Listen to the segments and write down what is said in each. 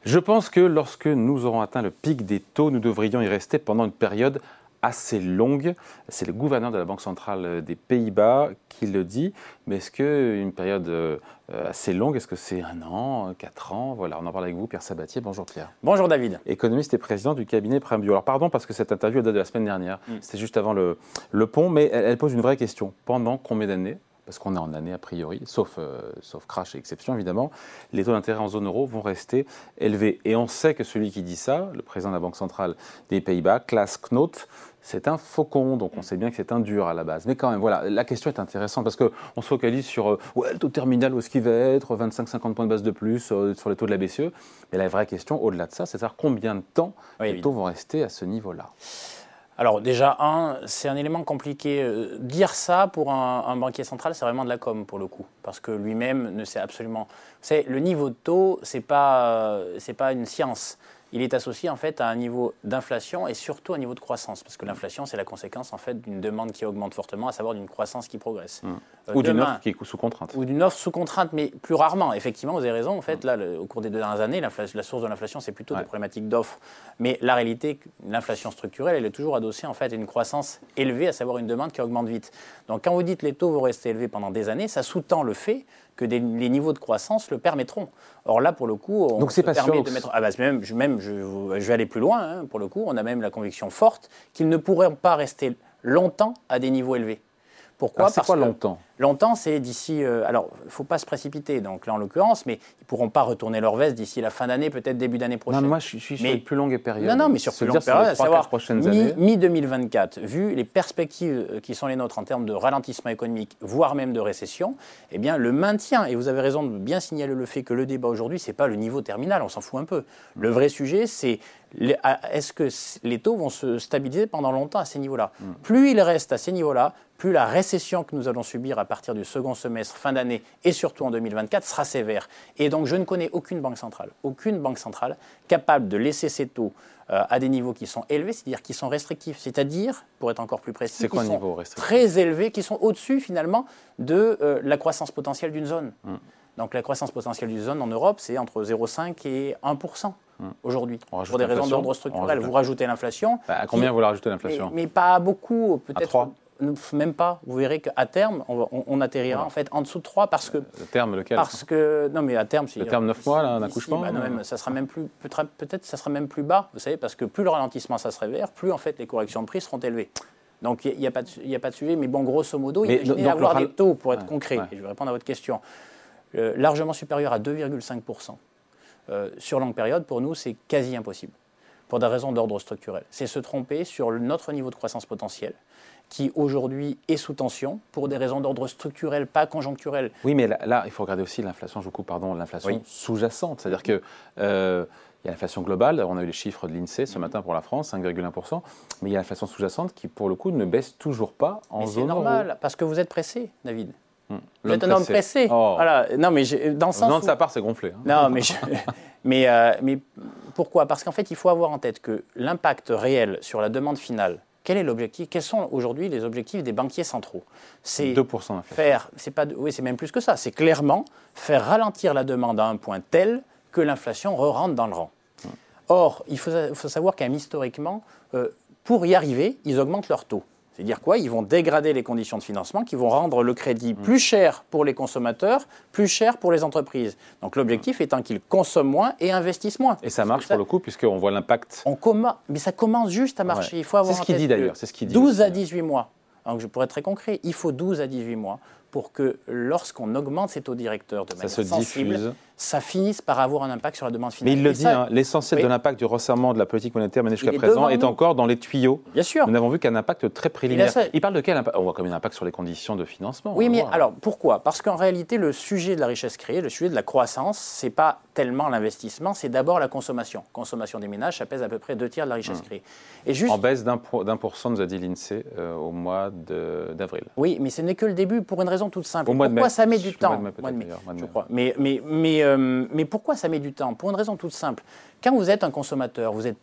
Je pense que lorsque nous aurons atteint le pic des taux, nous devrions y rester pendant une période assez longue. C'est le gouverneur de la Banque centrale des Pays-Bas qui le dit. Mais est-ce qu'une période assez longue, est-ce que c'est 1 an, 4 ans? Voilà, on en parle avec vous, Pierre Sabatier. Bonjour Pierre. Bonjour David. Économiste et président du cabinet Prime Bio. Alors pardon parce que cette interview date de la semaine dernière. C'était juste avant le pont, mais elle pose une vraie question. Pendant combien d'années, parce qu'on est en année a priori, sauf crash et exception évidemment, les taux d'intérêt en zone euro vont rester élevés. Et on sait que celui qui dit ça, le président de la Banque centrale des Pays-Bas, Klaas Knot, c'est un faucon, donc on sait bien que c'est un dur à la base. Mais quand même, voilà, la question est intéressante parce qu'on se focalise sur le taux terminal, où est-ce qu'il va être, 25-50 points de base de plus sur les taux de la BCE. Mais la vraie question, au-delà de ça, c'est de savoir combien de temps les taux vont rester à ce niveau-là. Alors déjà, c'est un élément compliqué. Dire ça pour un banquier central, c'est vraiment de la com pour le coup. Parce que lui-même ne sait absolument... Le niveau de taux, c'est pas une science. Il est associé en fait à un niveau d'inflation et surtout à un niveau de croissance. Parce que l'inflation, c'est la conséquence en fait d'une demande qui augmente fortement, à savoir d'une croissance qui progresse. Ou d'une offre qui est sous contrainte. Ou d'une offre sous contrainte, mais plus rarement. Effectivement, vous avez raison. En fait, là, au cours des 2 dernières années, la source de l'inflation, c'est plutôt des problématiques d'offres. Mais la réalité, l'inflation structurelle, elle est toujours adossée en fait à une croissance élevée, à savoir une demande qui augmente vite. Donc, quand vous dites que les taux vont rester élevés pendant des années, ça sous-tend le fait que les niveaux de croissance le permettront. Or là, pour le coup, on se permet de mettre... je vais aller plus loin, hein, pour le coup, on a même la conviction forte qu'ils ne pourront pas rester longtemps à des niveaux élevés. Pourquoi ? C'est quoi longtemps ? Longtemps, c'est d'ici... alors, il ne faut pas se précipiter, donc là en l'occurrence, mais ils ne pourront pas retourner leur veste d'ici la fin d'année, peut-être début d'année prochaine. Non, moi je suis sur une plus longue période. Non, mais sur plus longue période, à savoir prochaines années. Mi-2024, vu les perspectives qui sont les nôtres en termes de ralentissement économique, voire même de récession, eh bien le maintien, et vous avez raison de bien signaler le fait que le débat aujourd'hui, ce n'est pas le niveau terminal, on s'en fout un peu. Le vrai sujet, c'est est-ce que les taux vont se stabiliser pendant longtemps à ces niveaux-là ? Plus ils restent à ces niveaux-là, plus la récession que nous allons subir à partir du second semestre, fin d'année et surtout en 2024 sera sévère. Et donc je ne connais aucune banque centrale capable de laisser ces taux à des niveaux qui sont élevés, c'est-à-dire qui sont restrictifs, c'est-à-dire, pour être encore plus précis, c'est quoi un niveau restrictif ? Très élevés, qui sont au-dessus finalement de la croissance potentielle d'une zone. Donc la croissance potentielle d'une zone en Europe, c'est entre 0,5 et 1% aujourd'hui, pour des raisons d'ordre structurel. Vous rajoutez l'inflation. À combien vous la rajoutez l'inflation ? Mais pas beaucoup, peut-être. À 3 ? Même pas. Vous verrez qu'à terme, on atterrira en fait en dessous de 3 parce que... Le terme lequel ? Parce que... Non, mais à terme... Le terme 9 mois, là, un accouchement ça sera même plus... Peut-être ça sera même plus bas, vous savez, parce que plus le ralentissement ça se révère, plus en fait les corrections de prix seront élevées. Donc il n'y a pas de sujet, mais bon, grosso modo, imaginez avoir des taux, pour être concret, et je vais répondre à votre question, largement supérieur à 2,5%. Sur longue période, pour nous, c'est quasi impossible, pour des raisons d'ordre structurel. C'est se tromper sur notre niveau de croissance potentielle, qui aujourd'hui est sous tension, pour des raisons d'ordre structurel, pas conjoncturel. Oui, mais là, il faut regarder aussi l'inflation, l'inflation sous-jacente. C'est-à-dire que... il y a l'inflation globale, on a eu les chiffres de l'INSEE ce matin pour la France, 5,1%, mais il y a l'inflation sous-jacente qui, pour le coup, ne baisse toujours pas en zone euro. C'est normal, parce que vous êtes pressé, David. Vous êtes un homme pressé. Voilà. Non, mais dans le sens où... de sa part, c'est gonflé. Non, mais pourquoi ? Parce qu'en fait, il faut avoir en tête que l'impact réel sur la demande finale, quel est l'objectif ? Quels sont aujourd'hui les objectifs des banquiers centraux ? C'est 2% d'inflation. Oui, c'est même plus que ça. C'est clairement faire ralentir la demande à un point tel que l'inflation re-rentre dans le rang. Or, il faut savoir quand même historiquement, pour y arriver, ils augmentent leur taux. C'est-à-dire quoi ? Ils vont dégrader les conditions de financement qui vont rendre le crédit plus cher pour les consommateurs, plus cher pour les entreprises. Donc l'objectif étant qu'ils consomment moins et investissent moins. Et ça marche pour le coup, puisqu'on voit l'impact. Mais ça commence juste à marcher. Il faut avoir c'est ce qu'il dit d'ailleurs. C'est ce qu'il dit 12 à 18 mois. Donc je pourrais être très concret. Il faut 12 à 18 mois pour que lorsqu'on augmente ces taux directeurs de manière sensible, ça finisse par avoir un impact sur la demande finale. Mais il le dit, l'essentiel de l'impact du resserrement de la politique monétaire menée jusqu'à présent est encore dans les tuyaux. Bien sûr. Nous n'avons vu qu'un impact très préliminaire. Il parle de quel impact ? On voit comme un impact sur les conditions de financement. Oui, mais alors pourquoi ? Parce qu'en réalité, le sujet de la richesse créée, le sujet de la croissance, ce n'est pas tellement l'investissement, c'est d'abord la consommation. Consommation des ménages, ça pèse à peu près 2 tiers de la richesse créée. Et juste... En baisse d'1%, nous a dit l'INSEE au mois d'avril. Oui, mais ce n'est que le début pour une raison toute simple. Pourquoi ça met du temps ? Mois de mai, je crois. Mais pourquoi ça met du temps ? Pour une raison toute simple. Quand vous êtes un consommateur, vous n'êtes pas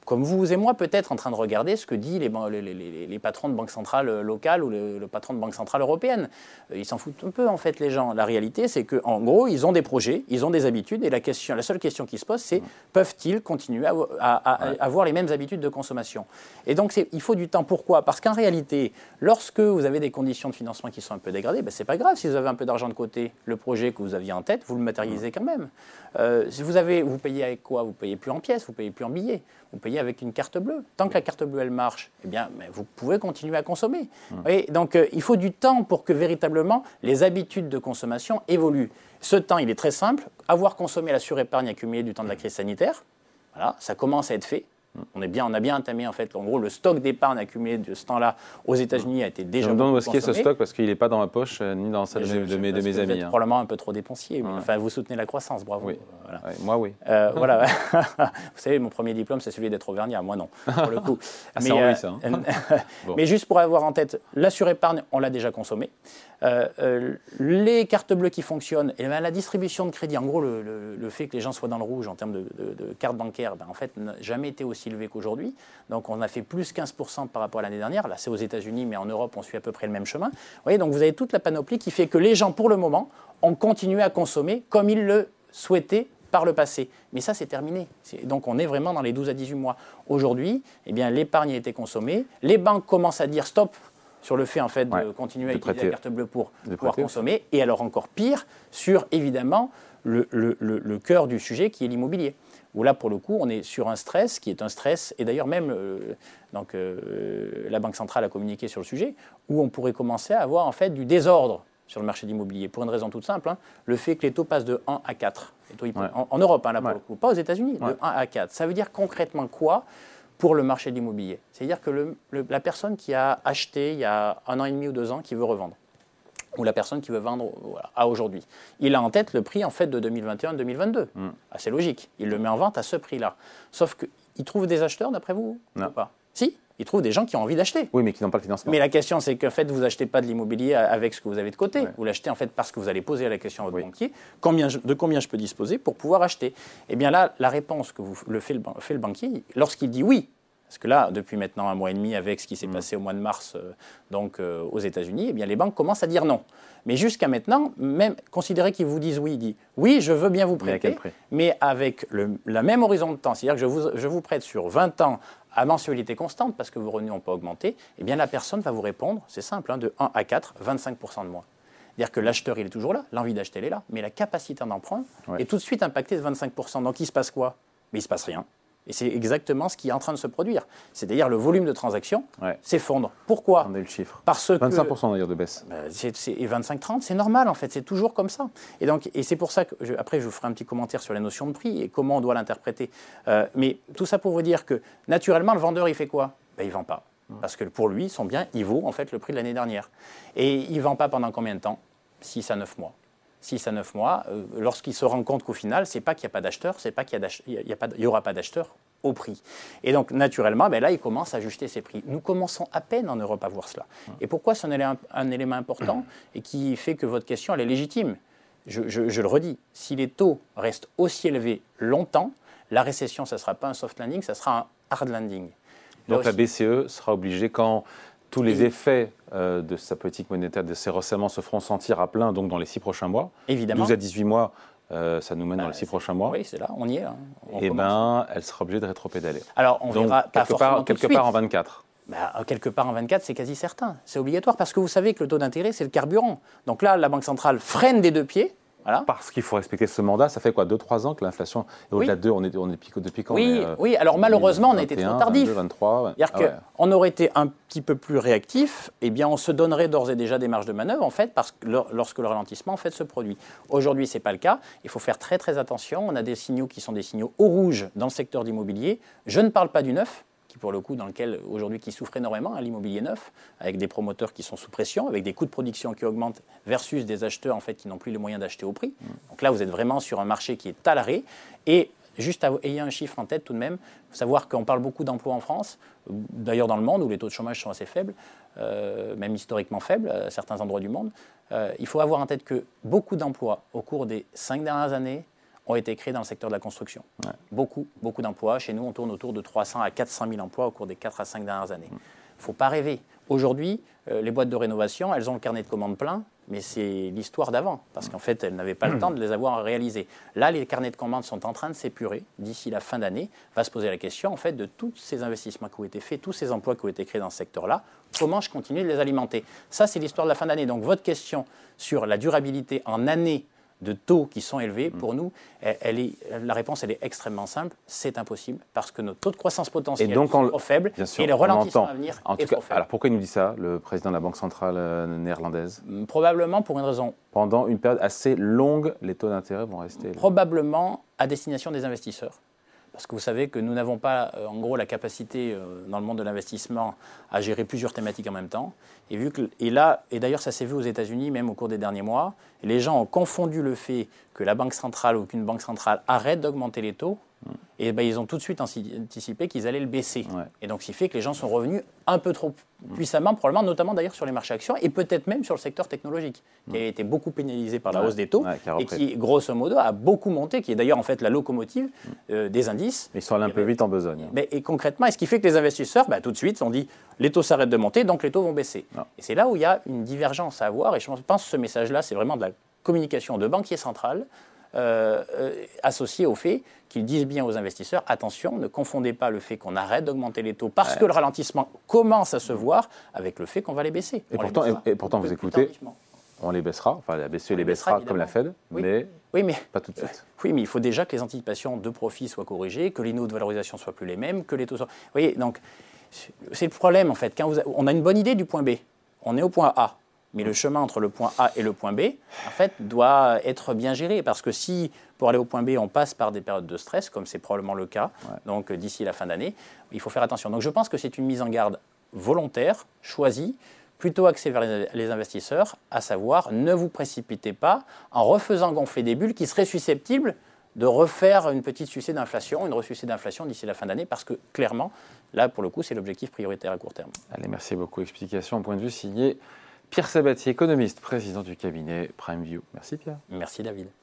comme vous et moi, peut-être en train de regarder ce que disent les patrons de banques centrales locales ou le patron de banque centrale européenne. Ils s'en foutent un peu, en fait, les gens. La réalité, c'est qu'en gros, ils ont des projets, ils ont des habitudes, et la seule question qui se pose, c'est peuvent-ils continuer à avoir les mêmes habitudes de consommation? Et donc, il faut du temps. Pourquoi? Parce qu'en réalité, lorsque vous avez des conditions de financement qui sont un peu dégradées, ce n'est pas grave si vous avez un peu d'argent de côté. Le projet que vous aviez en tête, vous le matérialisez quand même. Si vous payez avec quoi? Vous payez plus en pièces, vous payez plus en billets. Vous payez avec une carte bleue. Tant que la carte bleue, elle marche, eh bien, vous pouvez continuer à consommer. Et donc, il faut du temps pour que véritablement les habitudes de consommation évoluent. Ce temps, il est très simple. Avoir consommé la surépargne accumulée du temps de la crise sanitaire, voilà, ça commence à être fait. On a bien entamé, en fait, en gros, le stock d'épargne accumulé de ce temps-là aux États-Unis a été déjà consommé. Je me demande où est-ce qu'il y a ce consommé. stock, parce qu'il n'est pas dans ma poche, ni dans celle de mes amis. Vous êtes probablement un peu trop dépensier. Mais, enfin, vous soutenez la croissance, bravo. Oui. Voilà. Ouais, moi, oui. Voilà. Vous savez, mon premier diplôme, c'est celui d'être auvergnat. Moi, non, pour le coup. C'est en lui, ça. Bon. Mais juste pour avoir en tête, la surépargne, on l'a déjà consommée. Les cartes bleues qui fonctionnent, et la distribution de crédit, en gros, le fait que les gens soient dans le rouge en termes de cartes bancaires, en fait, n'a jamais été aussi élevé qu'aujourd'hui. Donc, on a fait plus 15% par rapport à l'année dernière. Là, c'est aux États-Unis, mais en Europe, on suit à peu près le même chemin. Vous voyez, donc vous avez toute la panoplie qui fait que les gens, pour le moment, ont continué à consommer comme ils le souhaitaient par le passé. Mais ça, c'est terminé. Donc, on est vraiment dans les 12 à 18 mois. Aujourd'hui, eh bien, l'épargne a été consommée. Les banques commencent à dire stop sur le fait, en fait, de continuer à utiliser la carte bleue pour pouvoir consommer. Et alors, encore pire, sur, évidemment, le cœur du sujet qui est l'immobilier. Où là, pour le coup, on est sur un stress qui est un stress, et d'ailleurs même, la Banque centrale a communiqué sur le sujet, où on pourrait commencer à avoir en fait du désordre sur le marché de l'immobilier, pour une raison toute simple, le fait que les taux passent de 1 à 4. Les taux en Europe, là, pour le coup, pas aux États-Unis, de 1 à 4. Ça veut dire concrètement quoi pour le marché de l'immobilier? C'est-à-dire que la personne qui a acheté il y a 1 an et demi ou 2 ans, qui veut revendre, ou la personne qui veut vendre à aujourd'hui. Il a en tête le prix en fait de 2021-2022. C'est logique. Il le met en vente à ce prix-là. Sauf qu'il trouve des acheteurs, d'après vous, ou pas? Si, il trouve des gens qui ont envie d'acheter. Oui, mais qui n'ont pas le financement. Mais la question, c'est qu'en fait, vous n'achetez pas de l'immobilier avec ce que vous avez de côté. Vous l'achetez en fait parce que vous allez poser la question à votre banquier, de combien je peux disposer pour pouvoir acheter? Eh bien là, la réponse que fait le banquier, lorsqu'il dit oui, parce que là, depuis maintenant 1 mois et demi, avec ce qui s'est passé au mois de mars aux États-Unis, eh bien, les banques commencent à dire non. Mais jusqu'à maintenant, même considérez qu'ils vous disent oui, il dit oui, je veux bien vous prêter, mais avec la même horizon de temps, c'est-à-dire que je vous prête sur 20 ans à mensualité constante, parce que vos revenus n'ont pas augmenté, eh bien la personne va vous répondre, c'est simple, de 1 à 4, 25% de moins. C'est-à-dire que l'acheteur, il est toujours là, l'envie d'acheter, elle est là, mais la capacité d'emprunt est tout de suite impactée de 25%. Donc il se passe quoi? Mais il ne se passe rien. Et c'est exactement ce qui est en train de se produire. C'est-à-dire le volume de transactions s'effondre. Pourquoi? On a eu le chiffre. Parce que 25% d'ailleurs de baisse. Et 25-30, c'est normal en fait, c'est toujours comme ça. Et c'est pour ça que, après je vous ferai un petit commentaire sur la notion de prix et comment on doit l'interpréter. Mais tout ça pour vous dire que naturellement, le vendeur, il fait quoi? Il ne vend pas. Parce que pour lui, son bien, il vaut en fait le prix de l'année dernière. Et il ne vend pas pendant combien de temps? 6 à 9 mois. 6 à 9 mois, lorsqu'il se rend compte qu'au final, ce n'est pas qu'il n'y a pas d'acheteur, c'est pas qu'il n'y aura pas d'acheteur au prix. Et donc, naturellement, là, il commence à ajuster ses prix. Nous commençons à peine en Europe à voir cela. Et pourquoi c'est un élément important et qui fait que votre question, elle est légitime? Je le redis, si les taux restent aussi élevés longtemps, la récession, ça ne sera pas un soft landing, ça sera un hard landing. Donc, la BCE sera obligée, quand tous les effets de sa politique monétaire, de ses resserrements se feront sentir à plein, donc dans les 6 prochains mois. Évidemment. 12 à 18 mois, ça nous mène dans les 6 prochains mois. Oui, c'est là, on y est. Elle sera obligée de rétropédaler. Alors, on verra pas forcément quelque part en 24. Quelque part en 24, c'est quasi certain. C'est obligatoire parce que vous savez que le taux d'intérêt, c'est le carburant. Donc là, la Banque centrale freine des 2 pieds. Voilà. Parce qu'il faut respecter ce mandat. Ça fait quoi, 2-3 ans que l'inflation est au-delà de 2? On est depuis quand? Oui, alors malheureusement, on a été trop tardif. 22, 23, C'est-à-dire qu'on aurait été un petit peu plus réactif, eh bien on se donnerait d'ores et déjà des marges de manœuvre, en fait, parce que lorsque le ralentissement, en fait, se produit. Aujourd'hui, ce n'est pas le cas. Il faut faire très, très attention. On a des signaux qui sont des signaux au rouge dans le secteur d'immobilier. Je ne parle pas du neuf, qui pour le coup, dans lequel aujourd'hui qui souffre énormément, l'immobilier neuf, avec des promoteurs qui sont sous pression, avec des coûts de production qui augmentent versus des acheteurs en fait qui n'ont plus les moyens d'acheter au prix. Donc là, vous êtes vraiment sur un marché qui est à l'arrêt. Et juste ayez un chiffre en tête tout de même, il faut savoir qu'on parle beaucoup d'emplois en France, d'ailleurs dans le monde où les taux de chômage sont assez faibles, même historiquement faibles à certains endroits du monde. Il faut avoir en tête que beaucoup d'emplois au cours des 5 dernières années ont été créés dans le secteur de la construction. Ouais. Beaucoup d'emplois. Chez nous, on tourne autour de 300 à 400 000 emplois au cours des 4 à 5 dernières années. Il ne faut pas rêver. Aujourd'hui, les boîtes de rénovation, elles ont le carnet de commandes plein, mais c'est l'histoire d'avant, parce qu'en fait, elles n'avaient pas le temps de les avoir réalisés. Là, les carnets de commandes sont en train de s'épurer. D'ici la fin d'année, va se poser la question, en fait, de tous ces investissements qui ont été faits, tous ces emplois qui ont été créés dans ce secteur-là, comment je continue de les alimenter? Ça, c'est l'histoire de la fin d'année. Donc, votre question sur la durabilité en année de taux qui sont élevés, pour nous, la réponse elle est extrêmement simple, c'est impossible, parce que nos taux de croissance potentielle sont trop faibles et le ralentissement à venir est trop faible. Alors pourquoi il nous dit ça, le président de la Banque centrale néerlandaise? Probablement pour une raison. Pendant une période assez longue, les taux d'intérêt vont rester... Probablement à destination des investisseurs. Parce que vous savez que nous n'avons pas, en gros, la capacité dans le monde de l'investissement à gérer plusieurs thématiques en même temps. Et d'ailleurs, ça s'est vu aux États-Unis, même au cours des derniers mois. Les gens ont confondu le fait que la banque centrale ou qu'une banque centrale arrête d'augmenter les taux. Et ils ont tout de suite anticipé qu'ils allaient le baisser. Ouais. Et donc, ce qui fait que les gens sont revenus un peu trop puissamment, probablement, notamment d'ailleurs sur les marchés actions et peut-être même sur le secteur technologique, qui a été beaucoup pénalisé par la hausse des taux et qui, grosso modo, a beaucoup monté, qui est d'ailleurs en fait la locomotive des indices. Mais ils sont allés un peu vite en besogne. Et concrètement, ce qui fait que les investisseurs, tout de suite, ont dit les taux s'arrêtent de monter, donc les taux vont baisser. Non. Et c'est là où il y a une divergence à avoir. Et je pense que ce message-là, c'est vraiment de la communication de banquiers centrales. Associé au fait qu'ils disent bien aux investisseurs, attention, ne confondez pas le fait qu'on arrête d'augmenter les taux parce que le ralentissement commence à se voir avec le fait qu'on va les baisser. Et pourtant vous écoutez, on les baissera, enfin la BCE les baissera comme la Fed, mais pas tout de suite. Oui, mais il faut déjà que les anticipations de profit soient corrigées, que les niveaux de valorisation soient plus les mêmes, que les taux soient... Vous voyez, donc c'est le problème en fait. Quand on a une bonne idée du point B, on est au point A. Mais le chemin entre le point A et le point B, en fait, doit être bien géré. Parce que si, pour aller au point B, on passe par des périodes de stress, comme c'est probablement le cas, donc d'ici la fin d'année, il faut faire attention. Donc je pense que c'est une mise en garde volontaire, choisie, plutôt axée vers les investisseurs, à savoir, ne vous précipitez pas en refaisant gonfler des bulles qui seraient susceptibles de refaire une petite sucée d'inflation, une ressucée d'inflation d'ici la fin d'année, parce que clairement, là, pour le coup, c'est l'objectif prioritaire à court terme. Allez, merci beaucoup. Explication, point de vue signé Pierre Sabatier, économiste, président du cabinet PrimeView. Merci Pierre. Merci David.